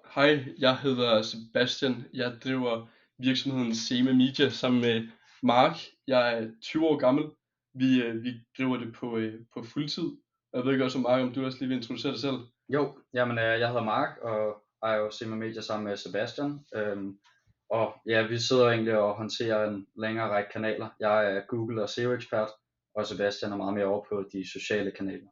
Hej, jeg hedder Sebastian. Jeg driver virksomheden Seme Media sammen med Mark. Jeg er 20 år gammel. Vi driver det på fuldtid. Jeg ved ikke også, Mark, om du også lige vil introducere dig selv. Jeg hedder Mark og ejer jo Sima Media sammen med Sebastian. Og ja, vi sidder egentlig og håndterer en længere række kanaler. Jeg er Google og SEO-ekspert, og Sebastian er meget mere over på de sociale kanaler.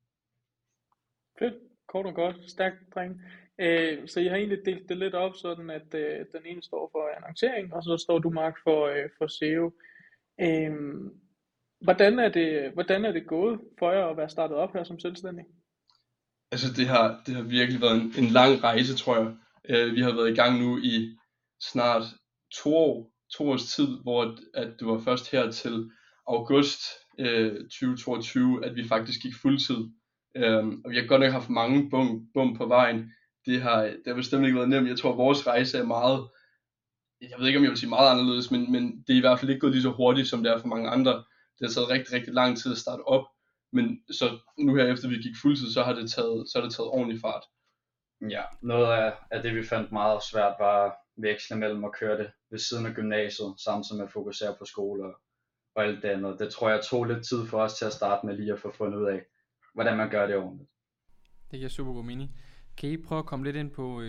Fedt, kort og godt, stærkt dreng. Så jeg har egentlig delt det lidt op, sådan at den ene står for annoncering, og så står du, Mark, for SEO. Øh, hvordan er det gået for jer at være startet op her som selvstændig? Altså det har virkelig været en lang rejse, tror jeg. Vi har været i gang nu i snart 2 års tid, hvor at det var først her til august 2022, at vi faktisk gik fuldtid. Og vi har godt nok haft mange bum på vejen. Det har bestemt ikke været nemt. Jeg tror, at vores rejse er meget, jeg ved ikke om jeg vil sige meget anderledes, men det er i hvert fald ikke gået lige så hurtigt, som det er for mange andre. Det har taget rigtig, rigtig lang tid at starte op, men så nu her efter vi gik fuldtid, så har det taget ordentlig fart. Ja, noget af det vi fandt meget svært var at veksle mellem at køre det ved siden af gymnasiet, samtidig med at fokusere på skole og alt det andet. Det tror jeg tog lidt tid for os til at starte med lige at få fundet ud af, hvordan man gør det ordentligt. Det giver super god mening. Kan I prøve at komme lidt ind på,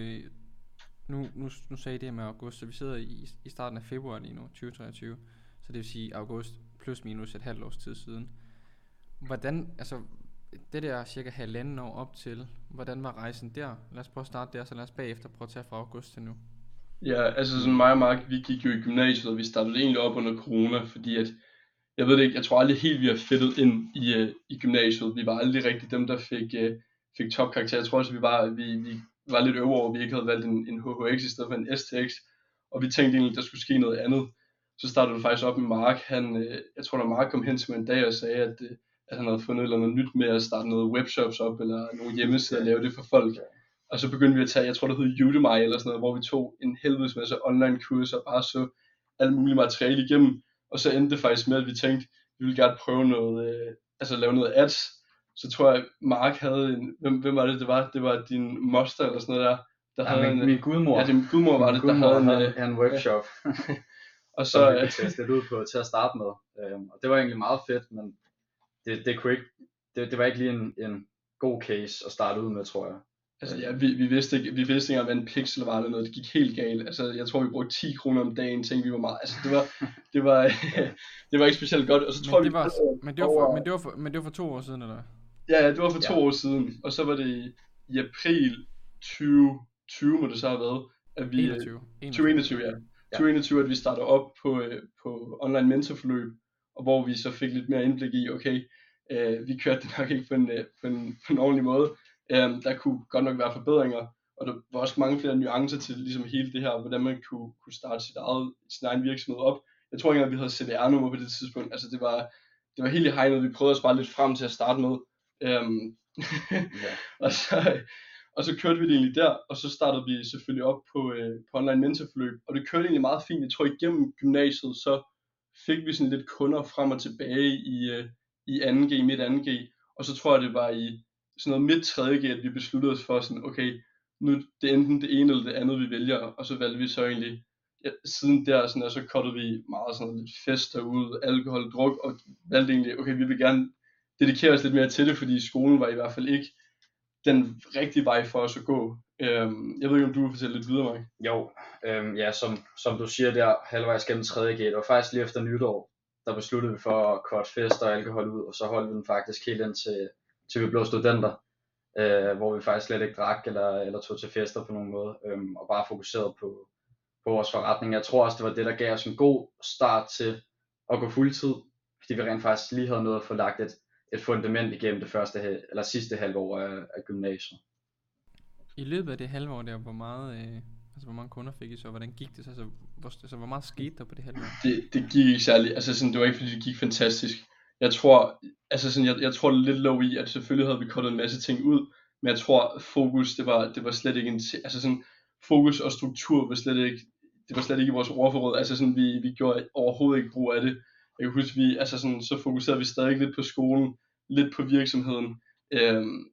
nu sagde I det her med august, så vi sidder i starten af februar lige nu, 2023, så det vil sige august plus minus et halvt års tid siden. Hvordan, altså det der cirka halvanden år op til, hvordan var rejsen der? Lad os prøve at starte der, så lad os bagefter prøve at tage fra august til nu. Ja, altså sådan mig og Mark, vi gik jo i gymnasiet, og vi startede egentlig op under corona, fordi at, jeg ved det ikke, jeg tror aldrig helt, vi har fedtet ind i gymnasiet. Vi var aldrig rigtig dem, der fik topkarakter. Jeg tror også, vi var lidt øvre over, at vi ikke havde valgt en HHX i stedet for en STX, og vi tænkte egentlig, at der skulle ske noget andet. Så startede det faktisk op med Mark. Jeg tror, da Mark kom hen til mig en dag og sagde, at han havde fundet et eller andet nyt med at starte noget webshops op, eller nogle hjemmesider og lave det for folk. Og så begyndte vi at tage, jeg tror det hed Udemy eller sådan noget, hvor vi tog en helvedes masse online kurser og bare så alt muligt materiale igennem. Og så endte det faktisk med, at vi tænkte, vi ville gerne prøve noget, lave noget ads. Så tror jeg, Mark havde hvem var det var? Det var din moster eller sådan noget der havde min gudmor. Ja, din gudmor var det, der havde en webshop. Og så vi kunne teste det ud på til at starte med. Og det var egentlig meget fedt, men det var ikke lige en god case at starte ud med, tror jeg. Altså ja, vi vidste ikke hvad en pixel var eller noget. Det gik helt galt. Altså jeg tror vi brugte 10 kroner om dagen, tænkte vi var meget. Altså det var ikke specielt godt. Og så tror Men det var for 2 år siden, eller? Ja, det var for 2 år siden. Og så var det i april 2020 må det så have været, at vi 2021, ja. 2021, at vi startede op på online mentorforløb, og hvor vi så fik lidt mere indblik i, okay, vi kørte det nok ikke på en ordentlig måde. Der kunne godt nok være forbedringer, og der var også mange flere nuancer til ligesom hele det her, hvordan man kunne starte sin egen virksomhed op. Jeg tror ikke engang, vi havde CVR-nummer på det tidspunkt. Altså det var helt i hegnet. Vi prøvede os bare lidt frem til at starte med. Og så kørte vi det egentlig der, og så startede vi selvfølgelig op på online mentorforløb, og det kørte egentlig meget fint. Jeg tror igennem gymnasiet, så fik vi sådan lidt kunder frem og tilbage i 2G, midt 2G, og så tror jeg det var i sådan noget midt 3G, at vi besluttede os for sådan, okay, nu det er enten det ene eller det andet, vi vælger, og så valgte vi så egentlig, ja, siden der, sådan, og så cuttede vi meget sådan lidt fest derude, alkohol, druk, og valgte egentlig, okay, vi vil gerne dedikere os lidt mere til det, fordi skolen var i hvert fald ikke den rigtige vej for os at gå. Jeg ved ikke, om du vil fortælle lidt videre, Mark? Jo, ja, som du siger der, halvvejs gennem 3G, det var faktisk lige efter nytår, der besluttede vi for at cutte fest og alkohol ud, og så holdt vi den faktisk helt ind til vi blev studenter, hvor vi faktisk slet ikke drak eller tog til fester på nogen måde, og bare fokuserede på vores forretning. Jeg tror også, det var det, der gav os en god start til at gå fuldtid, fordi vi rent faktisk lige havde noget at få lagt et fundament igennem det sidste halve år af gymnasiet. I løbet af det halve år der, hvor mange kunder fik I så? Hvordan gik det så? Altså, hvor meget skete der på det halve år? Det gik ikke særlig, altså sådan, det var ikke fordi det gik fantastisk. Jeg tror lidt lå i, at selvfølgelig havde vi kuttet en masse ting ud, men jeg tror fokus, det var slet ikke altså sådan, fokus og struktur var slet ikke i vores ordforråd. Altså sådan, vi gjorde overhovedet ikke brug af det. Jeg kan huske, så fokuserede vi stadig lidt på skolen, lidt på virksomheden.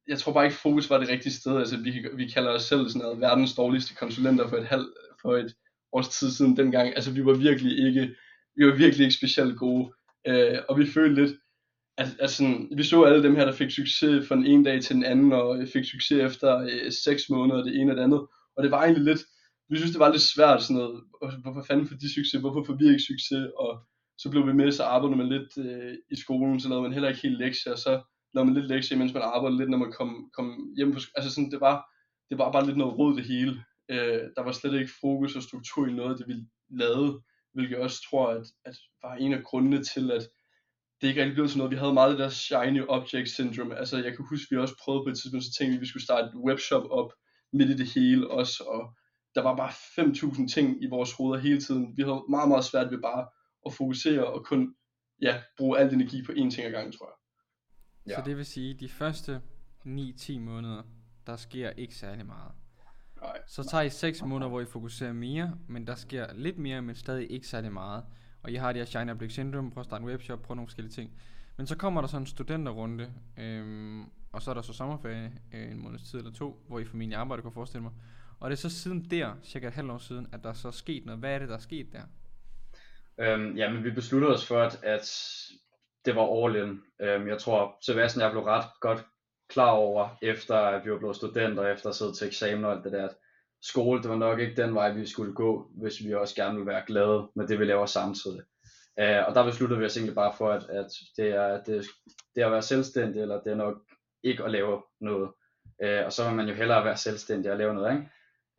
jeg tror bare ikke fokus var det rigtige sted. Altså vi kalder os selv sådan noget verdens dårligste konsulenter for et års tid siden dengang. Altså vi var virkelig ikke specielt gode. Og vi følte lidt, at sådan, vi så alle dem her, der fik succes fra den ene dag til den anden, og fik succes efter 6 måneder, det ene og det andet. Og det var egentlig lidt, vi synes det var lidt svært sådan noget, hvorfor fanden får de succes, hvorfor får vi ikke succes, og så blev vi med, så arbejdede man lidt i skolen, så lavede man heller ikke helt lektier, og så lavede man lidt lektier, mens man arbejdede lidt, når man kom hjem fra altså sådan, det var bare lidt noget rod det hele. Der var slet ikke fokus og struktur i noget af det, vi lavede, hvilket jeg også tror, at var en af grundene til, at det ikke rigtig blev sådan noget. Vi havde meget af det der shiny object syndrome. Altså jeg kan huske, vi også prøvede på et tidspunkt, så tænkte vi skulle starte et webshop op midt i det hele også, og der var bare 5.000 ting i vores hoveder hele tiden. Vi havde meget, meget svært ved bare at fokusere og kun bruge al energi på én ting ad gangen, tror jeg. Ja. Så det vil sige, de første 9-10 måneder, der sker ikke særlig meget. Nej. Så tager I 6 måneder, hvor I fokuserer mere, men der sker lidt mere, men stadig ikke særlig meget. Og I har det her shiny object syndrome, prøv at starte en webshop, prøv nogle forskellige ting. Men så kommer der så en studenterrunde, og så er der så sommerferie, en måneds tid eller 2, hvor I formentlig arbejder, kan jeg forestille mig. Og det er så siden der, cirka et halvt år siden, at der så er sket noget. Hvad er det, der er sket der? Men vi besluttede os for, at det var all in. Jeg tror, Sebastian og jeg blev ret godt klar over, efter at vi var blevet studenter, efter at sidde til eksamen og alt det der, at skole, det var nok ikke den vej, vi skulle gå, hvis vi også gerne ville være glade med det, vi laver samtidig. Og der besluttede vi os egentlig bare for, at det at være selvstændig, eller det er nok ikke at lave noget. Og så vil man jo hellere være selvstændig og lave noget, ikke?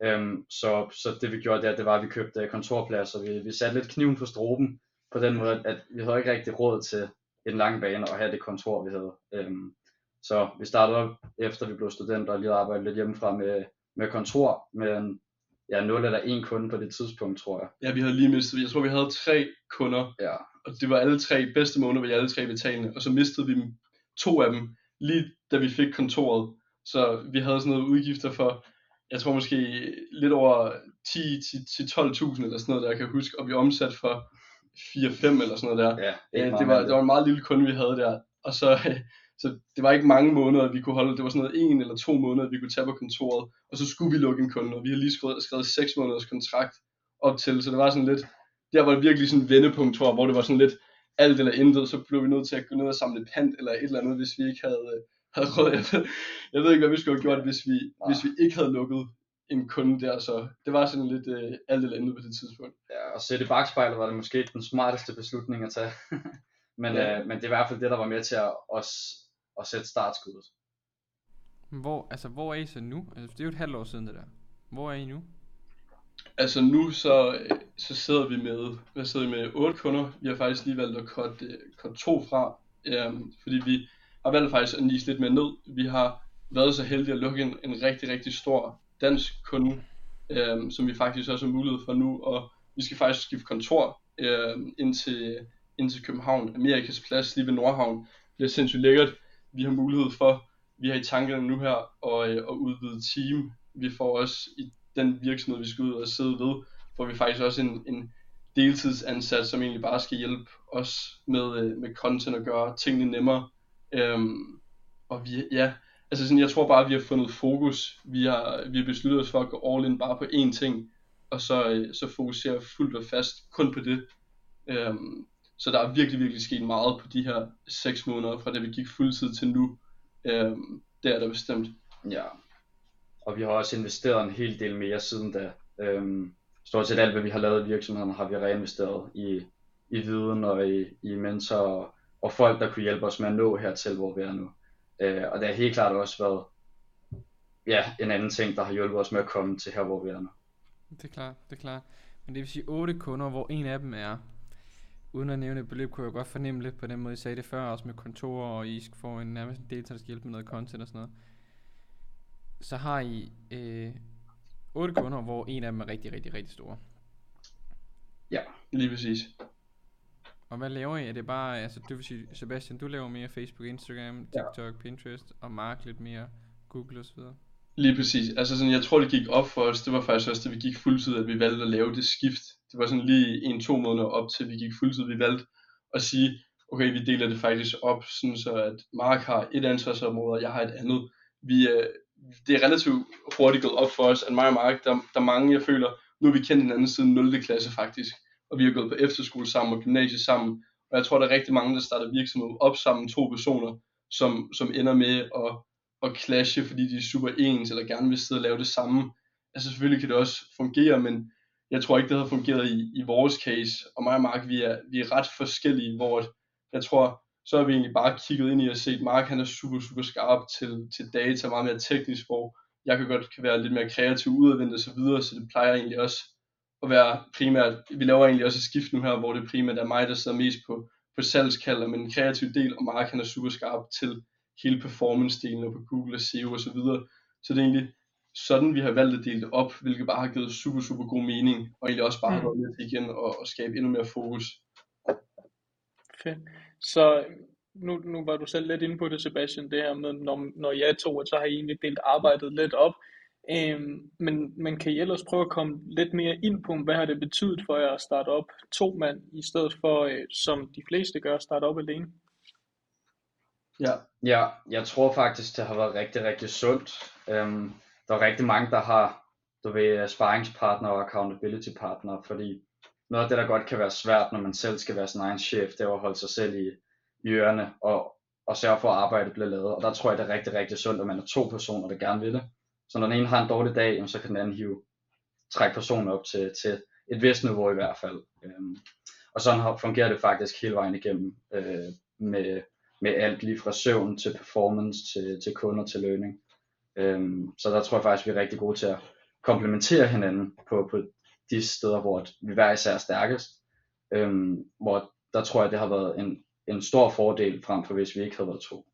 Så det vi gjorde, det var, at vi købte kontorplads, og vi satte lidt kniven på struben, på den måde, at vi havde ikke rigtig råd til en lang bane og have det kontor, vi havde. Så vi startede op, efter vi blev studenter, og lige arbejdede lidt hjemmefra med kontor, men 0 eller 1 kunde på det tidspunkt, tror jeg. Ja, vi havde lige mistet, jeg tror vi havde 3 kunder, ja. Og det var alle 3 bedste måneder, hvor alle 3 betalende, og så mistede vi 2 af dem, lige da vi fik kontoret. Så vi havde sådan noget udgifter for, jeg tror måske lidt over 10-12.000 eller sådan noget, der jeg kan huske, og vi omsat for 4-5 eller sådan noget der. Ja, det var en meget lille kunde, vi havde der, og så det var ikke mange måneder, vi kunne holde. Det var sådan noget 1 eller 2 måneder, vi kunne tage på kontoret, og så skulle vi lukke en kunde, og vi havde lige skrevet 6 måneders kontrakt op til, så det var sådan lidt, der var virkelig sådan et vendepunkt, tror jeg, hvor det var sådan lidt alt eller intet, så blev vi nødt til at gå ned og samle pant eller et eller andet, hvis vi ikke havde råd. Jeg ved ikke, hvad vi skulle have gjort, hvis vi ikke havde lukket en kunde der, så det var sådan lidt alt eller intet på det tidspunkt. Ja, og sætte i bagspejlet var det måske ikke den smarteste beslutning at tage, men det er i hvert fald det, der var med til at sætte startskuddet. Hvor er I så nu? Altså, det er jo et halvt år siden det der. Hvor er I nu? Altså nu så sidder vi med 8 kunder. Vi har faktisk lige valgt at cutte 2 fra, fordi vi har valgt faktisk at nise lidt mere ned. Vi har været så heldige at lukke en rigtig, rigtig stor dansk kunde, som vi faktisk også har mulighed for nu, og vi skal faktisk skifte kontor ind til København, Amerikas Plads, lige ved Nordhavn. Det er sindssygt lækkert. Vi har mulighed for, vi har i tankerne nu her at udvide team. Vi får også i den virksomhed, vi skal ud og sidde ved, får vi faktisk også en deltidsansat, som egentlig bare skal hjælpe os med content og gøre tingene nemmere. Og altså sådan, jeg tror bare, at vi har fundet fokus. Vi har besluttet os for at gå all in bare på én ting, og så fokusere fuldt og fast kun på det. Så der er virkelig, virkelig sket meget på de her 6 måneder, fra da vi gik fuldtid til nu. Det er der bestemt. Ja, og vi har også investeret en hel del mere siden da. Stort set alt, hvad vi har lavet i virksomheden, har vi reinvesteret i viden og i mentorer og folk, der kunne hjælpe os med at nå hertil, hvor vi er nu. Og det har helt klart også været en anden ting, der har hjulpet os med at komme til her, hvor vi er nu. Det er klart. Men det vil sige 8 kunder, hvor en af dem er, uden at nævne et beløb, kunne jeg godt fornemme lidt på den måde, I sagde det før, også med kontorer, og I skal få nærmest en deltager, der skal hjælpe med noget content og sådan noget. Så har I 8 kunder, hvor en af dem er rigtig, rigtig, rigtig store. Ja, lige præcis. Og hvad laver I? Er det bare, altså det vil sige, Sebastian, du laver mere Facebook, Instagram, TikTok, Pinterest, og Mark lidt mere Google og så videre? Lige præcis. Altså sådan, jeg tror det gik op for os, det var faktisk også, da vi gik fuldtid, at vi valgte at lave det skift. Det var sådan lige 1-2 måneder op til vi gik fuldtid, vi valgte at sige, okay, vi deler det faktisk op, sådan så at Mark har et ansvarsområde, og jeg har et andet. det er relativt hurtigt gået op for os, at mig og Mark, der er mange, jeg føler, nu har vi kendt hinanden siden 0. klasse faktisk, og vi har gået på efterskole sammen og gymnasie sammen, og jeg tror, der er rigtig mange, der starter virksomhed op sammen, 2 personer, som ender med at clashe, fordi de er super ens, eller gerne vil sidde og lave det samme. Altså selvfølgelig kan det også fungere, men jeg tror ikke, det havde fungeret i vores case, og mig og Mark, vi er ret forskellige, hvor jeg tror, så har vi egentlig bare kigget ind i og set, Mark han er super, super skarp til data, meget mere teknisk, hvor jeg kan være lidt mere kreativ, udadvendt og så videre, så det plejer egentlig også at være primært, vi laver egentlig også et skift nu her, hvor det primært er mig, der sidder mest på salgskalder, men en kreativ del, og Mark han er super skarp til hele performance-delen og på Google og SEO og så videre, så det er egentlig sådan, vi har valgt at dele det op, hvilket bare har givet super, super god mening, og egentlig også bare har været med igen og skabe endnu mere fokus. Fedt. Så nu var du selv lidt inde på det, Sebastian, det her med, når jeg to, så har I egentlig delt arbejdet lidt op. Men kan I ellers prøve at komme lidt mere ind på, hvad har det betydet for jer at starte op 2 mand, i stedet for, som de fleste gør, at starte op alene? Ja, jeg tror faktisk, det har været rigtig, rigtig sundt. Der er rigtig mange, der har, sparringspartner og accountability partner, fordi noget af det, der godt kan være svært, når man selv skal være sin egen chef, det er at holde sig selv i ørerne og sørge for, at arbejdet bliver lavet. Og der tror jeg, det er rigtig, rigtig sundt, at man er 2 personer, der gerne vil det. Så når den ene har en dårlig dag, så kan den anden trække personen op til et vist niveau i hvert fald. Og sådan fungerer det faktisk hele vejen igennem med alt lige fra søvn til performance til kunder til lønning. Så der tror jeg faktisk, vi er rigtig gode til at komplementere hinanden på de steder, hvor vi hver især er stærkest. Hvor der tror jeg, det har været en stor fordel frem for hvis vi ikke havde været 2.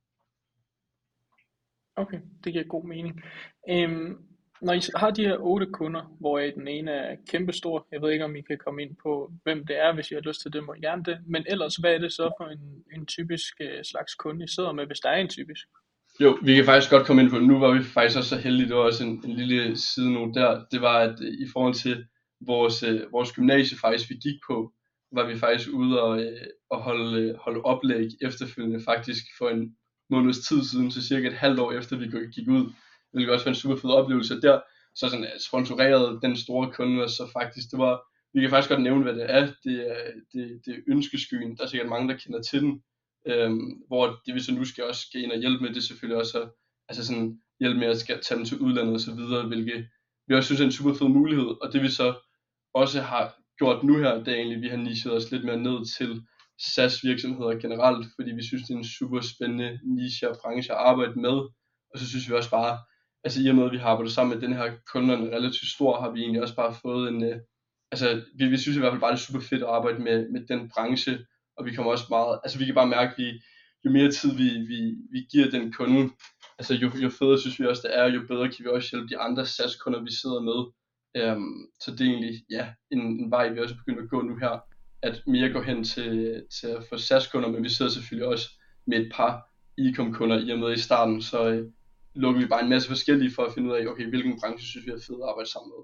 Okay, det giver god mening. Når I har de her 8 kunder, hvor den ene er kæmpestor, jeg ved ikke om I kan komme ind på, hvem det er, hvis I har lyst til det, må I gerne det, men ellers, hvad er det så for en typisk slags kunde, I sidder med, hvis der er en typisk? Jo, vi kan faktisk godt komme ind på det. Nu var vi faktisk også så heldige, det var også en lille side nu der, det var, at i forhold til vores gymnasie faktisk, vi gik på, var vi faktisk ude og holde oplæg efterfølgende faktisk for en måneds tid siden, så cirka et halvt år efter vi gik ud, hvilket også var en super fed oplevelse der, så sådan sponsoreret den store kunde, og så faktisk, det var, vi kan faktisk godt nævne, hvad det er, det er ønskeskyen, der er sikkert mange, der kender til den, hvor det vi så nu skal ind og hjælpe med, det er selvfølgelig også altså sådan hjælpe med at skal tage dem til udlandet og så videre, hvilket vi også synes er en super fed mulighed, og det vi så også har gjort nu her, det er egentlig, vi har nichet os lidt mere ned til SaaS virksomheder generelt, fordi vi synes, det er en super spændende niche og branche at arbejde med, og så synes vi også bare, altså i og med, at vi har arbejdet sammen med den her kunderne relativt stor, har vi egentlig også bare fået en, altså vi synes i hvert fald bare, det er super fedt at arbejde med den branche, og vi kommer også meget, altså vi kan bare mærke, at jo mere tid vi giver den kunde, altså jo federe synes vi også det er, jo bedre kan vi også hjælpe de andre SaaS-kunder, vi sidder med. Så det er egentlig en vej, vi også begyndt at gå nu her, at mere gå hen til at få SaaS-kunder, men vi sidder selvfølgelig også med et par e-com-kunder i og med i starten, så lukker vi bare en masse forskellige for at finde ud af, okay, hvilken branche synes vi er fedt at arbejde sammen med.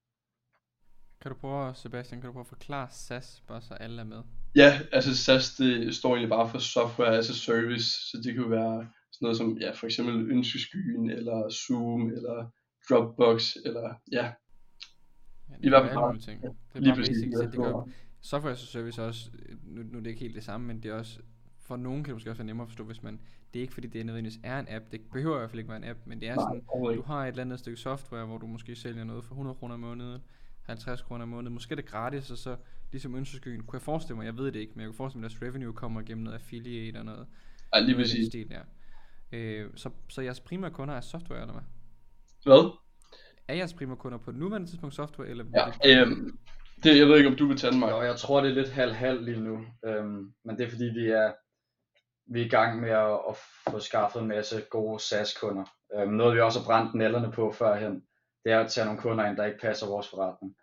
Kan du prøve, Sebastian, at forklare SaaS, bare så alle er med? Ja, altså SaaS, det står egentlig bare for Software as a Service, så det kan jo være sådan noget som, for eksempel ønskeskyen, eller Zoom, eller Dropbox, eller i hvert fald bare ting. Det er lige bare basic, det gør Software as a Service også, nu er det ikke helt det samme, men det er også, for nogen kan det måske også være nemmere at forstå, hvis man, det er ikke fordi det nødvendigvis er en app, det behøver i hvert fald ikke være en app, men det er sådan, du har et eller andet stykke software, hvor du måske sælger noget for 100 kroner om måneden, 50 kroner om måneden, måske er det gratis, og så ligesom ønskeskyen, kunne jeg forestille mig, jeg ved det ikke, men jeg kunne forestille mig, at deres revenue kommer gennem noget affiliate og noget. Ja, lige præcis. Så jeres primære kunder er software, eller hvad? Hvad? Er jeres primære kunder på nuværende tidspunkt software, eller det, jeg ved ikke, om du vil tage den, Mark. Jo, jeg tror, det er lidt halv lige nu, men det er fordi, vi er i gang med at få skaffet en masse gode SaaS-kunder. Noget vi også har brændt nælderne på førhen, det er at tage nogle kunder ind, der ikke passer vores forretning.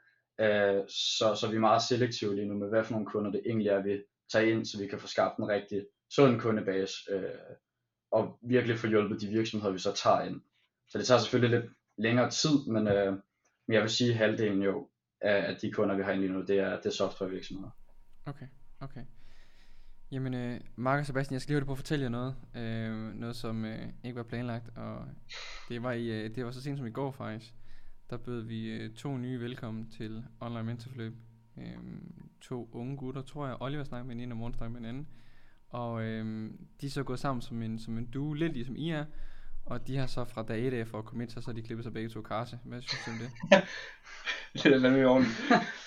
Så vi er meget selektive lige nu med, hvad for nogle kunder det egentlig er, vi tager ind, så vi kan få skabt en rigtig sund kundebase, og virkelig få hjulpet de virksomheder, vi så tager ind. Så det tager selvfølgelig lidt længere tid, men jeg vil sige, at halvdelen af de kunder, vi har ind lige nu, det er softwarevirksomheder. Okay. Jamen, Mark og Sebastian, jeg skal lige høre det på at fortælle jer noget. Noget, som ikke var planlagt, og det var så sent som i går faktisk. Der bød vi 2 nye velkommen til Online Mentorforløb. 2 unge gutter, tror jeg. Oliver snakker med en ene, og Morten snakker med en anden. Og de er så gået sammen som en duo, lidt ligesom I er. Og de har så fra dag 1 af for at komme ind, så de klippet sig begge 2 karse. Hvad synes du om det? Det er vanvittigt ordentligt.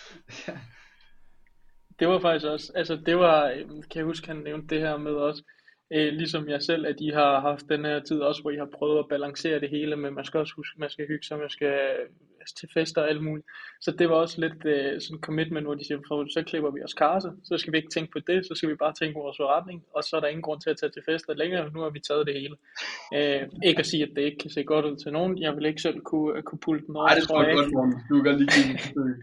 Det var faktisk også, altså det var, kan jeg huske, han nævnte det her med os, ligesom jeg selv, at de har haft den her tid også, hvor I har prøvet at balancere det hele, men man skal også huske, man skal hygge sig, man skal til fester og alt muligt. Så det var også lidt sådan commitment, hvor de siger, så klipper vi os karse, så skal vi ikke tænke på det, så skal vi bare tænke på vores forretning, og så er der ingen grund til at tage til fester længere, nu har vi taget det hele. Ikke at sige, at det ikke kan se godt ud til nogen, jeg vil ikke selv kunne pulle den over. Nej, det tror jeg godt, Morten. Du kan godt lige give det.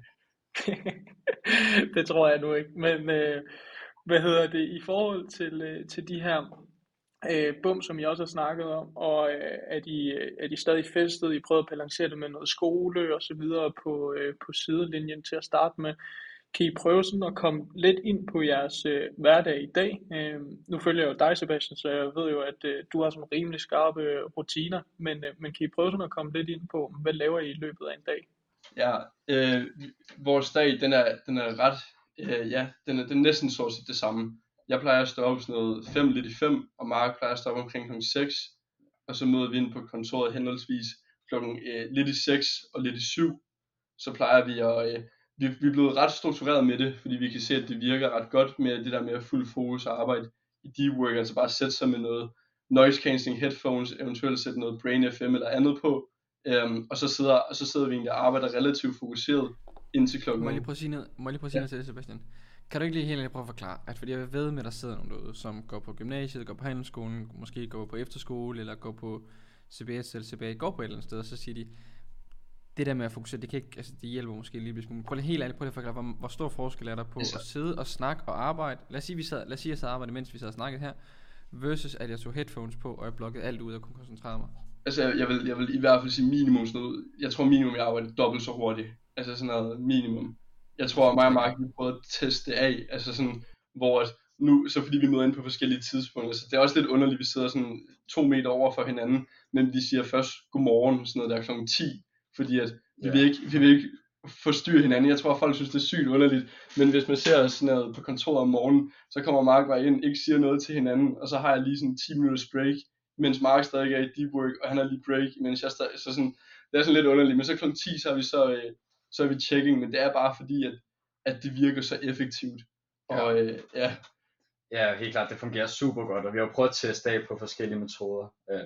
Det tror jeg nu ikke, men hvad hedder det, i forhold til de her bum, som I også har snakket om, og er de stadig festet, I prøvede at balancere det med noget skole og så videre på sidelinjen til at starte med. Kan I prøve sådan at komme lidt ind på jeres hverdag i dag? Nu følger jeg jo dig, Sebastian, så jeg ved jo, at du har sådan rimelig skarpe rutiner, men kan I prøve sådan at komme lidt ind på, hvad laver I løbet af en dag? Ja, vores dag, den er ret, den er næsten så set det samme. Jeg plejer at stå op sådan noget 5 lidt i 5, og Mark plejer at stå op omkring kl. 6, og så møder vi ind på kontoret henholdsvis klokken lidt i 6 og lidt i 7. Så plejer vi at, vi er blevet ret struktureret med det, fordi vi kan se, at det virker ret godt med det der med at fuld fokus og arbejde i deep work, altså bare sætte sig med noget noise cancelling headphones, eventuelt sætte noget Brain FM eller andet på, og så sidder vi egentlig og arbejder relativt fokuseret indtil klokken. Må jeg lige prøve at sige noget til det, Sebastian? Kan du ikke lige helt prøve at forklare, at fordi jeg ved med, at der sidder nogen derude, som går på gymnasiet, går på handelsskolen, måske går på efterskole, eller går på CBS eller CBA, går på et eller andet sted, og så siger de, det der med at fokusere, det kan ikke, altså det hjælper måske lige smule. Prøv lige helt ærligt, prøv lige at forklare, hvor stor forskel er der på at sidde og snakke og arbejde. Lad os sige, jeg sad og arbejdede, mens vi sad og snakkede her, versus at jeg tog headphones på, og jeg blokkede alt ud og kunne koncentrere mig. Altså jeg vil i hvert fald sige minimum sådan noget. Jeg tror minimum jeg arbejder dobbelt så hurtigt. Altså sådan noget minimum. Jeg tror mig og Mark vi prøvede at teste det af. Altså sådan hvor at nu så fordi vi møder ind på forskellige tidspunkter, så det er også lidt underligt vi sidder sådan 2 meter over for hinanden, men vi siger først godmorgen sådan noget der klokken 10, fordi at vi vil ikke forstyrre hinanden. Jeg tror folk synes det er sygt underligt, men hvis man ser sådan noget på kontoret om morgenen, så kommer Mark bare ind, ikke siger noget til hinanden, og så har jeg lige sådan 10 minutters break, mens Mark stadig er i deep work, og han har lige break, mens jeg stadig, så sådan, det er sådan lidt underligt, men så kl. 10, så er vi checking, men det er bare fordi, at det virker så effektivt, og ja. Ja, helt klart, det fungerer super godt, og vi har prøvet at teste af på forskellige metoder,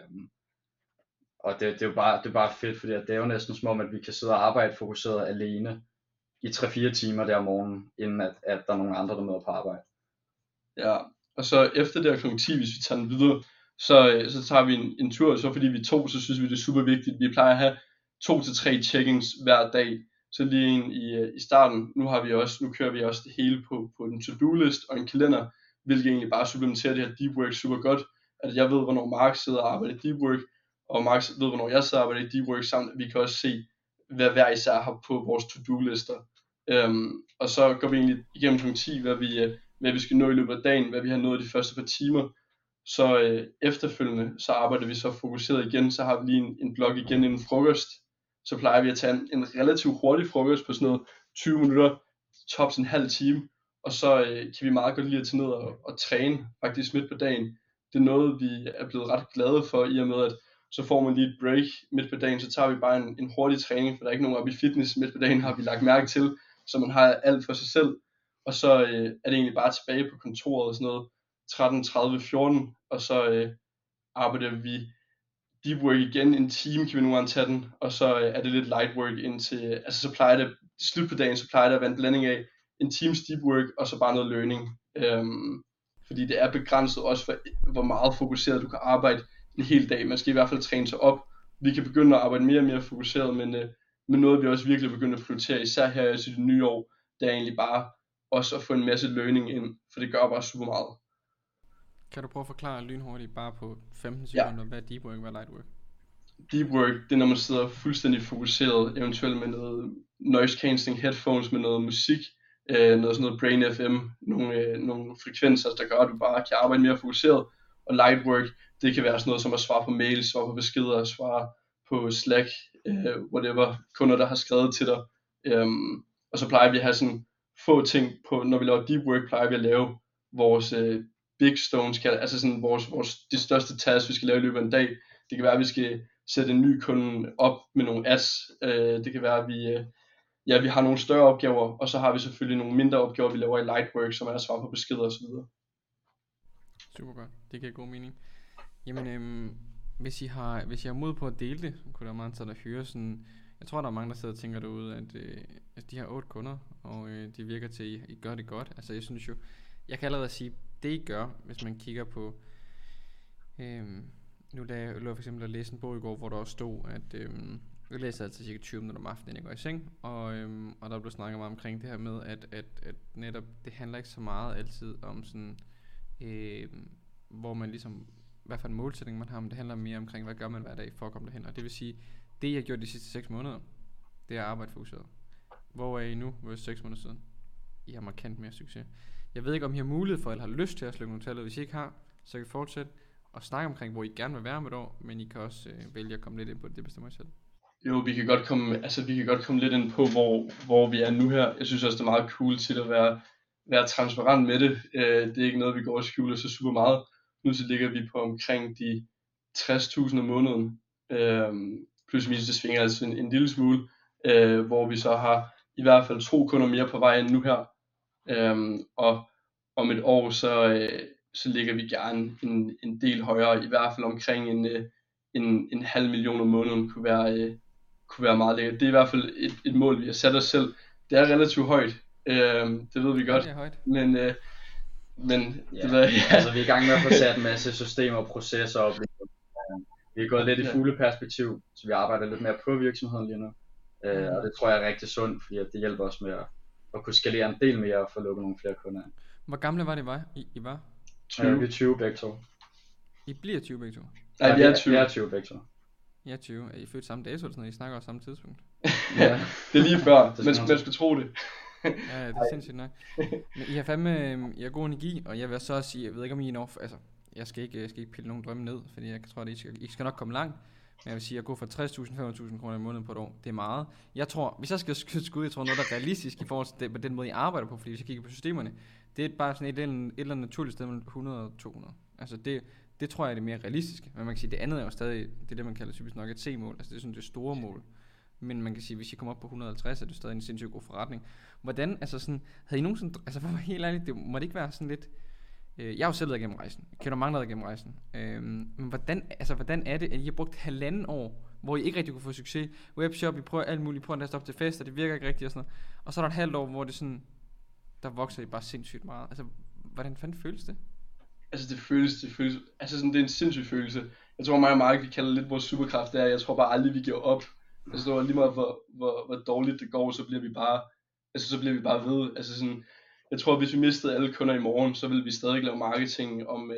og det er bare fedt, fordi det er jo næsten som om, at vi kan sidde og arbejde fokuseret alene i 3-4 timer der om morgenen, inden at der er nogle andre, der møder på arbejde. Ja, og så efter det kl. 10, hvis vi tager den videre, så tager vi en tur, og så fordi vi er 2, så synes vi det er super vigtigt. Vi plejer at have 2-3 checkings hver dag, så lige en i starten. Nu kører vi også det hele på en to-do list og en kalender, hvilket egentlig bare supplementerer det her deep work super godt. At jeg ved, hvornår Mark sidder og arbejder i deep work, og Mark ved, hvornår jeg sidder og arbejder i deep work, samt at vi kan også se, hvad hver især har på vores to-do lister. Og så går vi egentlig igennem kl. 10, hvad vi skal nå i løbet af dagen, hvad vi har nået de første par timer. Så efterfølgende, så arbejder vi så fokuseret igen, så har vi lige en blok igen inden frokost. Så plejer vi at tage en relativt hurtig frokost på sådan noget 20 minutter, tops en halv time. Og så kan vi meget godt lide at tage ned og træne faktisk midt på dagen. Det er noget, vi er blevet ret glade for, i og med at så får man lige et break midt på dagen, så tager vi bare en hurtig træning, for der er ikke nogen op i fitness midt på dagen, har vi lagt mærke til, så man har alt for sig selv. Og så er det egentlig bare tilbage på kontoret og sådan noget 13:30-14, og så arbejder vi deep work igen en time, kan vi nogle gange tage den, og så er det lidt light work indtil, altså så plejer det, slut på dagen, så plejer det at være en blanding af en times deep work, og så bare noget learning, fordi det er begrænset også for, hvor meget fokuseret du kan arbejde en hel dag. Man skal i hvert fald træne sig op. Vi kan begynde at arbejde mere og mere fokuseret, men noget vi også virkelig begynder at prioritere, især her i det nye år, det er egentlig bare også at få en masse learning ind, for det gør bare super meget. Kan du prøve at forklare lynhurtigt bare på 15 sekunder, hvad er deep work og hvad er light work? Deep work, det er når man sidder fuldstændig fokuseret, eventuelt med noget noise cancelling headphones, med noget musik, noget sådan noget Brain FM, nogle frekvenser, der gør, at du bare kan arbejde mere fokuseret. Og light work, det kan være sådan noget som at svare på mails, svare på beskeder, svare på Slack, whatever, kunder der har skrevet til dig. Og så plejer vi at have sådan få ting på, når vi laver deep work, plejer vi at lave vores big stones, altså sådan de største tasks, vi skal lave i løbet af en dag. Det kan være, at vi skal sætte en ny kunde op med nogle ads. Det kan være, at vi har nogle større opgaver, og så har vi selvfølgelig nogle mindre opgaver, vi laver i light work, som er at svare på beskeder osv. Super godt, det giver god mening. Jamen, hvis I har mod på at dele det, kunne der være meget interessant at høre sådan. Jeg tror, der er mange, der sidder og tænker derude, at de har 8 kunder, og de virker til, at I gør det godt. Altså, jeg synes jo, jeg kan allerede sige, det I gør, hvis man kigger på, nu lavede jeg for eksempel at læse en bog i går, hvor der også stod, at jeg læser altid cirka 20 minutter om aftenen, inden jeg går i seng, og der blev snakket meget omkring det her med, at netop, det handler ikke så meget altid om sådan, hvor man ligesom, hvad for en målsætning man har, men det handler mere omkring, hvad gør man hver dag for at komme derhen, og det vil sige, det jeg har gjort de sidste 6 måneder, det er at arbejde fokuseret. Hvor er I nu, hvor 6 måneder siden? I har markant mere succes. Jeg ved ikke, om I har mulighed for, eller har lyst til at slukke nogle tal, hvis I ikke har, så kan I fortsætte og snakke omkring, hvor I gerne vil være med et år, men I kan også vælge at komme lidt ind på det, det bestemmer I selv. Jo, vi kan godt komme lidt ind på, hvor vi er nu her. Jeg synes også, det er meget cool til at være transparent med det. Det er ikke noget, vi går og skjuler så super meget. Nu så ligger vi på omkring de 60.000 om måneden. Plus minus det svinger altså en lille smule, hvor vi så har i hvert fald 2 kunder mere på vej end nu her. Og om et år, så ligger vi gerne en del højere, i hvert fald omkring en halv million om måneden kunne være meget lækkert. Det er i hvert fald et mål, vi har sat os selv. Det er relativt højt, det ved vi godt, men det ved jeg. Altså vi er i gang med at få sat en masse systemer og processer op. Vi er gået lidt i fugleperspektiv, så vi arbejder lidt mere på virksomheden lige nu. Og det tror jeg er rigtig sundt, fordi det hjælper os med at kunne skalere en del mere og få lukket nogle flere kunder. Hvor gamle var det, I var? 20. Vi er 20 begge to. I bliver 20 begge to? Nej, vi er 20. Vi er 20 begge to. Jeg er 20. Er I født samme dato eller sådan noget? I snakker også samme tidspunkt? Ja, det er lige før, man skal tro det. Ja, det er sindssygt nok. Men I har fandme, I har god energi, og jeg vil så også sige, jeg ved ikke om I er nok, altså, jeg skal ikke pille nogen drømme ned, fordi jeg tror, at I skal nok komme langt. Men jeg vil sige, at jeg går fra 60.000-500.000 kroner i måneden på et år. Det er meget. Jeg tror, hvis jeg skal skyde, jeg tror noget, der er realistisk i forhold til den måde, I arbejder på, fordi hvis jeg kigger på systemerne, det er bare sådan et eller andet naturligt sted mellem 100 og 200. Altså det tror jeg er det mere realistiske. Men man kan sige, det andet er jo stadig, det man kalder typisk nok et C-mål. Altså det er sådan det store mål. Men man kan sige, hvis I kommer op på 150, er det stadig en sindssygt god forretning. Hvordan, altså sådan, havde I nogensinde, altså for at være helt ærligt, det må det ikke være sådan lidt, jeg har jo selv været igennem rejsen, jeg kender mange, der har været igennem rejsen, men hvordan er det, at I har brugt 1,5 år, hvor I ikke rigtig kunne få succes, webshop, I prøver alt muligt, I prøver at lade op til fest, og det virker ikke rigtigt og sådan noget, og så er der et halvt år, hvor det sådan, der vokser I bare sindssygt meget, altså hvordan fanden føles det? Altså det føles, altså sådan, det er en sindssyg følelse. Jeg tror mig og Mark, vi kalder lidt vores superkraft, det er, jeg tror bare aldrig, vi giver op. Altså det var lige meget, hvor dårligt det går, så bliver vi bare ved. Altså sådan, jeg tror, hvis vi mistede alle kunder i morgen, så ville vi stadig lave marketing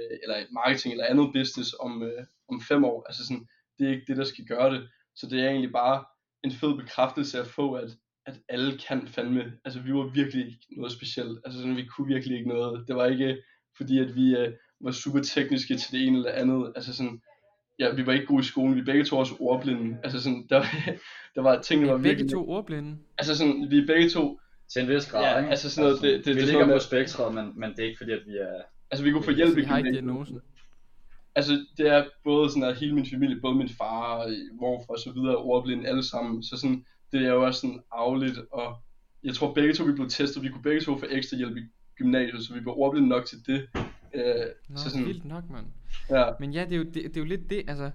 eller andet business om 5 år. Altså sådan, det er ikke det, der skal gøre det. Så det er egentlig bare en fed bekræftelse at få, at alle kan fandme. Altså vi var virkelig ikke noget specielt. Altså sådan, vi kunne virkelig ikke noget. Det var ikke fordi, at vi var super tekniske til det ene eller andet. Altså sådan, ja, vi var ikke gode i skolen. Vi begge to også ordblinde. Altså sådan, der var ting, der var virkelig... Begge to ordblinde? Altså sådan, vi er begge to... Til en vis grad, ja, ikke? Altså sådan noget, vi ligger på spektret, men det er ikke fordi, at vi er... Altså vi kunne få hjælp i gymnasiet. Vi har ikke diagnosen. Altså det er både sådan, at hele min familie, både min far, morfar og så videre, ordblinde alle sammen. Så sådan, det er jo også sådan arveligt, og jeg tror begge to vi blev testet. Vi kunne begge to få ekstra hjælp i gymnasiet, så vi var ordblinde nok til det. Nå, så sådan, vildt nok, mand. Ja. Men ja, det er jo lidt det, altså...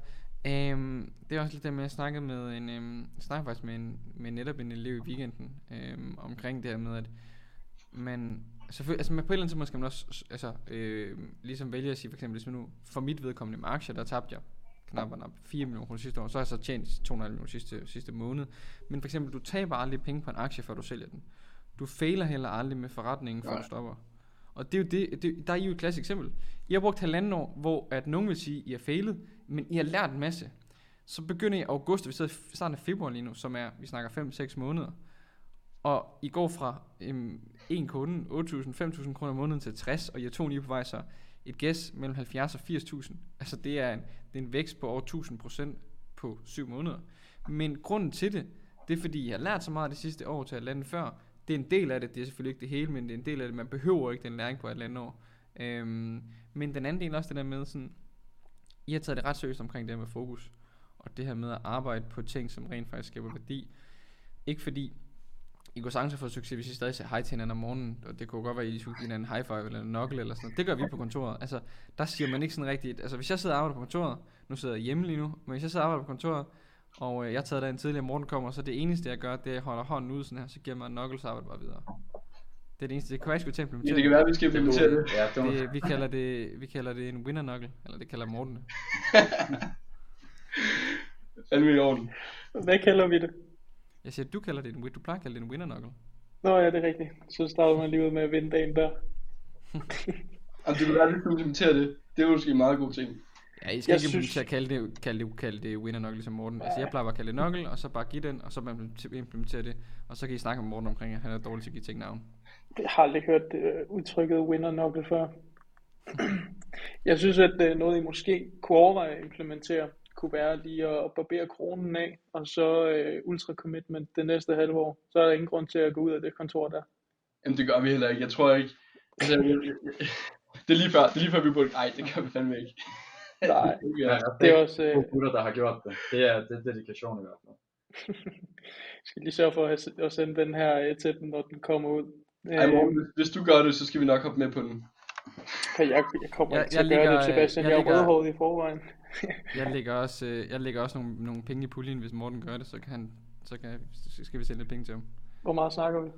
det er også lidt det med, jeg snakkede med snakkede faktisk med netop en elev i weekenden omkring det her med, at man selvfølgelig, altså på et eller andet tidspunkt skal man også ligesom vælge at sige, for eksempel hvis man nu for mit vedkommende med aktier, der tabte jeg knap 4 millioner kroner sidste år, så har jeg så tjent 2,5 millioner sidste måned. Men for eksempel, du taber aldrig penge på en aktie, før du sælger den. Du fejler heller aldrig med forretningen, før du stopper. Og det er jo det, der er jo et klassisk eksempel. I har brugt 1,5 år, hvor at nogen vil sige, at I har fejlet, men I har lært en masse. Så begynder I august, og vi sidder i starten af februar lige nu, som er, vi snakker 5-6 måneder. Og I går fra en kunde, 8.000, 5.000 kroner om måneden til 60, og I er 2 lige på vej, så et gæst mellem 70 og 80.000. Altså det er en vækst på over 1000% på 7 måneder. Men grunden til det er fordi, jeg har lært så meget det sidste år til at lande før. Det er en del af det, det er selvfølgelig ikke det hele, men det er en del af det. Man behøver ikke den læring på at lande år. Men den anden del er også det der med, sådan, I har taget det ret seriøst omkring det her med fokus. Og det her med at arbejde på ting, som rent faktisk skaber værdi. Ikke fordi I kunne sagtens få succes, hvis I stadig siger hej til hinanden om morgenen, og det kunne godt være, at I skulle give hinanden en high five eller en knuckle eller sådan noget. Det gør vi på kontoret. Altså, der siger man ikke sådan rigtigt. Altså, hvis jeg sidder og arbejder på kontoret, nu sidder jeg hjemme lige nu, men hvis jeg sidder og arbejder på kontoret, og jeg tager der en tidligere morgen kommer, så det eneste jeg gør, det er, at jeg holder hånden ud sådan her, så giver man en knuckle, så arbejder bare videre. Det er det eneste. Det kan være, at til at implementere. Ja, det kan være, at vi skal implementere det. Ja, vi kalder det en winner knuckle, eller det kalder Morten det. Fandme i orden. Hvad kalder vi det? Jeg siger, du kalder det du plejer at kalde det en winner knuckle. Nå ja, det er rigtigt. Så starter man lige ud med at vinde dagen der. Jamen, det kan være, at vi skal implementere det. Det er jo måske en meget god ting. Ja, I skal ikke implementere kalde det winner knuckle ligesom Morten. Altså jeg plejer bare at kalde det knuckle, og så bare give den, og så man implementere det. Og så kan I snakke med Morten omkring, at han er dårlig til at give ting navn. Jeg har aldrig hørt udtrykket winner knuckle før. Jeg synes, at noget I måske kunne overveje at implementere, kunne være lige at barbere kronen af, og så ultra commitment det næste halve år. Så er der ingen grund til at gå ud af det kontor der. Jamen det gør vi heller ikke. Jeg tror ikke. Altså, det er lige før vi burde. Ej, det gør vi fandme ikke. Nej, ja, det er også gutter, der har gjort det. Det er dedikation i hvert fald. Skal lige sørge for at sende den her til den, når den kommer ud. Ej, Morten, hvis du gør det, så skal vi nok hoppe med på den. Jeg kommer ikke til at gøre det, Sebastian. Jeg er rødhåret i forvejen. Jeg lægger også nogle penge i puljen, hvis Morten gør det, så skal vi sende lidt penge til ham. Hvor meget snakker vi?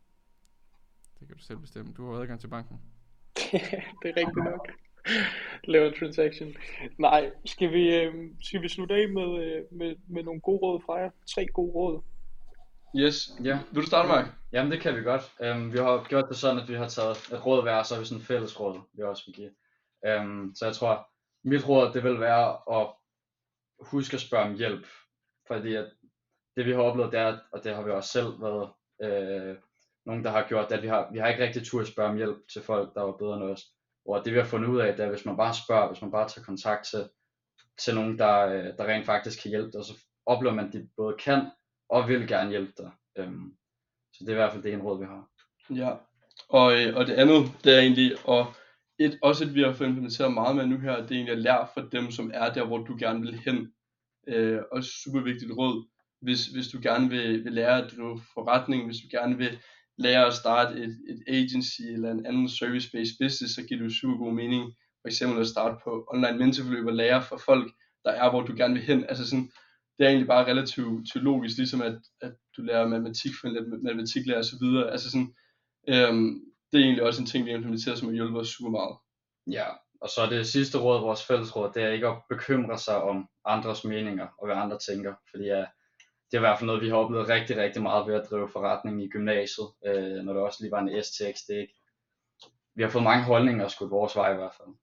Det kan du selv bestemme. Du har adgang til banken. Det er rigtigt nok. Lave en transaction. Nej, skal vi slutte af med nogle gode råd fra jer? 3 gode råd. Yes. Ja. Vil du starte, Mark? Jamen det kan vi godt. Vi har gjort det sådan, at vi har taget et råd hver, så har vi sådan et fælles råd, vi også vil give. Så jeg tror, mit råd det vil være at huske at spørge om hjælp. Fordi at det vi har oplevet, det er, og det har vi også selv været nogen, der har gjort, at vi har ikke rigtig tur at spørge om hjælp til folk, der var bedre end os. Og det vi har fundet ud af, det er, hvis man bare spørger, hvis man bare tager kontakt til nogen, der rent faktisk kan hjælpe dig, så oplever man, at de både kan og vil gerne hjælpe dig. Så det er i hvert fald det ene råd, vi har. Ja, og det andet, det er egentlig, også at vi har fået implementeret meget med nu her, det er egentlig at lære fra dem, som er der, hvor du gerne vil hen. Også super vigtigt råd, hvis du gerne vil lære at drive forretning, hvis du gerne vil lære at starte et agency eller en anden service-based business, så giver det jo super god mening, for eksempel at starte på online mentorforløb og lære fra folk, der er, hvor du gerne vil hen. Altså sådan, det er egentlig bare relativt logisk, ligesom at du lærer matematik for en matematiklærer og så videre. Altså sådan, det er egentlig også en ting, vi har implementeret, som har hjulpet os super meget. Ja, og så det sidste råd, vores fælles råd, det er ikke at bekymre sig om andres meninger og hvad andre tænker, fordi det er i hvert fald noget, vi har oplevet rigtig, rigtig meget ved at drive forretning i gymnasiet, når det også lige var en STX, det ikke. Vi har fået mange holdninger skudt vores vej i hvert fald.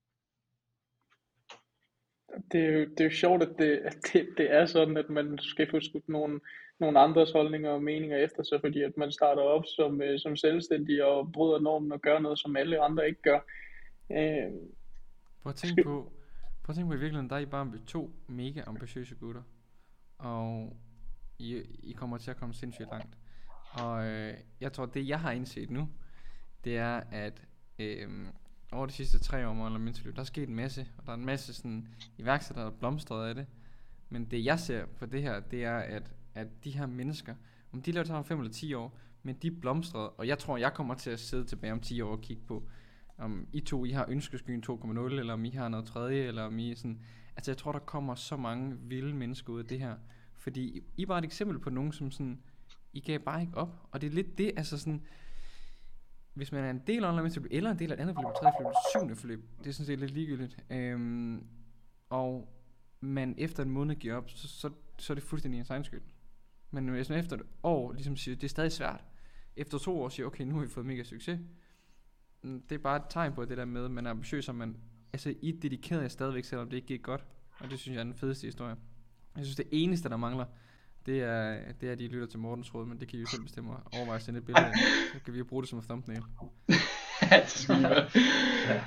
Det er jo sjovt, at det er sådan, at man skal få skudt nogle andres holdninger og meninger efter sig, fordi at man starter op som selvstændig og bryder normen og gør noget, som alle andre ikke gør. Prøv at tænke på i virkeligheden, der er I bare 2 mega ambitiøse gutter, og I kommer til at komme sindssygt langt. Og jeg tror, det jeg har indset nu, det er, at over de sidste 3 år eller mindst, der er sket en masse, og der er en masse sådan iværksættere, der er blomstret af det. Men det jeg ser på det her, det er, at de her mennesker, om de laver det om 5 eller 10 år, men de blomstrede, og jeg tror, jeg kommer til at sidde tilbage om 10 år og kigge på, om I har ønskeskyen 2.0, eller om I har noget tredje, eller om I sådan. Altså jeg tror, der kommer så mange vilde mennesker ud af det her, fordi I var et eksempel på nogen, som sådan, I gav bare ikke op, og det er lidt det, altså sådan, hvis man er en del af online mentorforløb, eller en del af et andet forløb, tredje forløb, syvende forløb, det er sådan set lidt ligegyldigt, og man efter en måned giver op, så er det fuldstændig ens egen skyld. Men hvis man efter et år ligesom siger, det er stadig svært, efter 2 år siger, okay, nu har vi fået mega succes, det er bare et tegn på det der med, man er ambitiøs, og man, altså I dedikerede jer stadigvæk, selvom det ikke gik godt, og det synes jeg er den fedeste historie. Jeg synes det eneste der mangler, Det er de lytter til Mortens råd, men det kan I jo selv bestemme og overveje at sende et billede af. Så kan vi jo bruge det som en thumbnail. Ja, det skal vi gøre. Ja.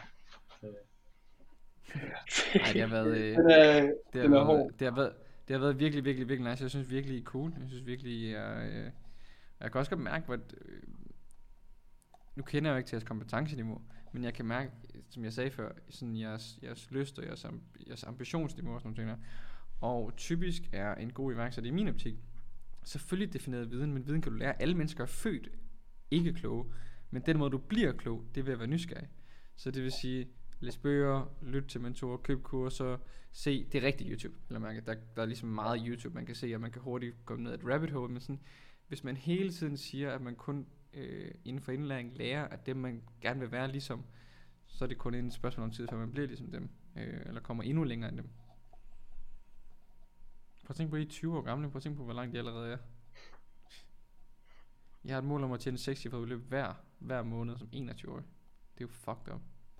Nej, det har været, det har været virkelig, virkelig, virkelig nice. Jeg synes virkelig, I er cool. Jeg synes virkelig, I er... jeg kan også godt mærke, hvor... nu kender jeg jo ikke til jeres kompetenceniveau, men jeg kan mærke, som jeg sagde før, sådan jeres lyst og jeres ambitionsniveau og sådan nogle ting der. Og typisk er en god iværksætter i min optik selvfølgelig defineret viden, men viden kan du lære. Alle mennesker er født ikke kloge, men den måde du bliver klog, det er ved at være nysgerrig. Så det vil sige, læs bøger, lyt til mentorer, køb kurser, se det rigtige YouTube. Eller mærke, der er ligesom meget YouTube, man kan se, og man kan hurtigt komme ned ad et rabbit hole, men sådan, hvis man hele tiden siger, at man kun inden for indlæring lærer, at dem man gerne vil være ligesom, så er det kun et spørgsmål om tid, før man bliver ligesom dem, eller kommer endnu længere end dem. Prøv at tænke på, I er 20 år gamle. Prøv at tænke på, hvor langt I allerede er. Jeg har et mål om at tjene 60 for beløb hver måned som 21-årig. Det er jo fucked up.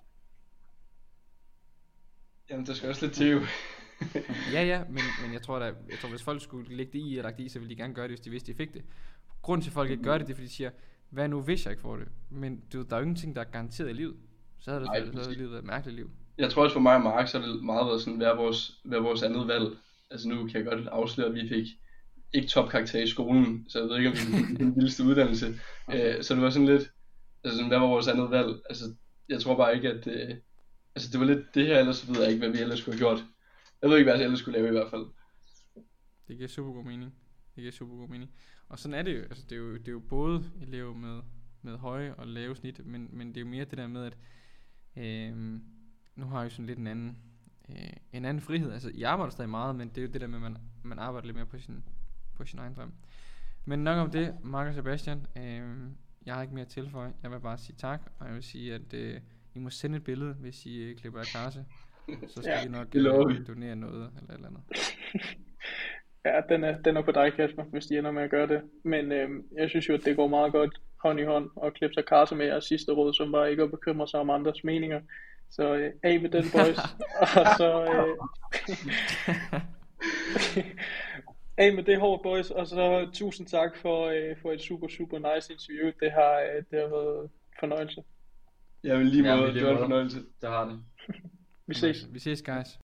Jamen, der skal også lidt til jo. Ja, men jeg tror, hvis folk skulle lægge det i og lagt det i, så ville de gerne gøre det, hvis de vidste, de fik det. Grunden til, at folk ikke gør det, det er, fordi de siger, hvad nu hvis jeg ikke får det? Men der er jo ingenting, der er garanteret i livet. Så havde livet været et mærkeligt liv. Jeg tror også for mig og Mark, så er det meget været sådan, hver vores andet valg. Altså nu kan jeg godt afsløre, at vi fik ikke topkarakter i skolen, så jeg ved ikke, om vi fik den vildeste uddannelse. Så det var sådan lidt, altså sådan, hvad var vores andet valg? Altså, jeg tror bare ikke, at altså det var lidt det her, ellers ved jeg ikke, hvad vi ellers skulle have gjort. Jeg ved ikke, hvad jeg ellers skulle lave i hvert fald. Det giver super god mening. Og sådan er det jo, altså det er jo både elever med høje og lave snit, men det er jo mere det der med, at nu har jeg jo sådan lidt en anden frihed. Altså I arbejder stadig meget, men det er jo det der med, at man arbejder lidt mere på sin egen drøm. Men nok om det, Mark og Sebastian. Jeg har ikke mere at tilføje. Jeg vil bare sige tak, og jeg vil sige, at I må sende et billede, hvis I klipper af Karse. Så skal vi nok donere noget eller et eller andet. Ja, den er på dig, Kasper, hvis de ender med at gøre det. Men jeg synes jo, at det går meget godt hånd i hånd og klippe sig Karse med jeres sidste råd, som var ikke at bekymre sig om andres meninger. Så af med den, boys. Og så af med det hår, boys. Og så tusind tak for et super, super nice interview. Det har været fornøjelse. Ja, men lige måde, det var en fornøjelse. Det har det. Vi ses. Vi ses, guys.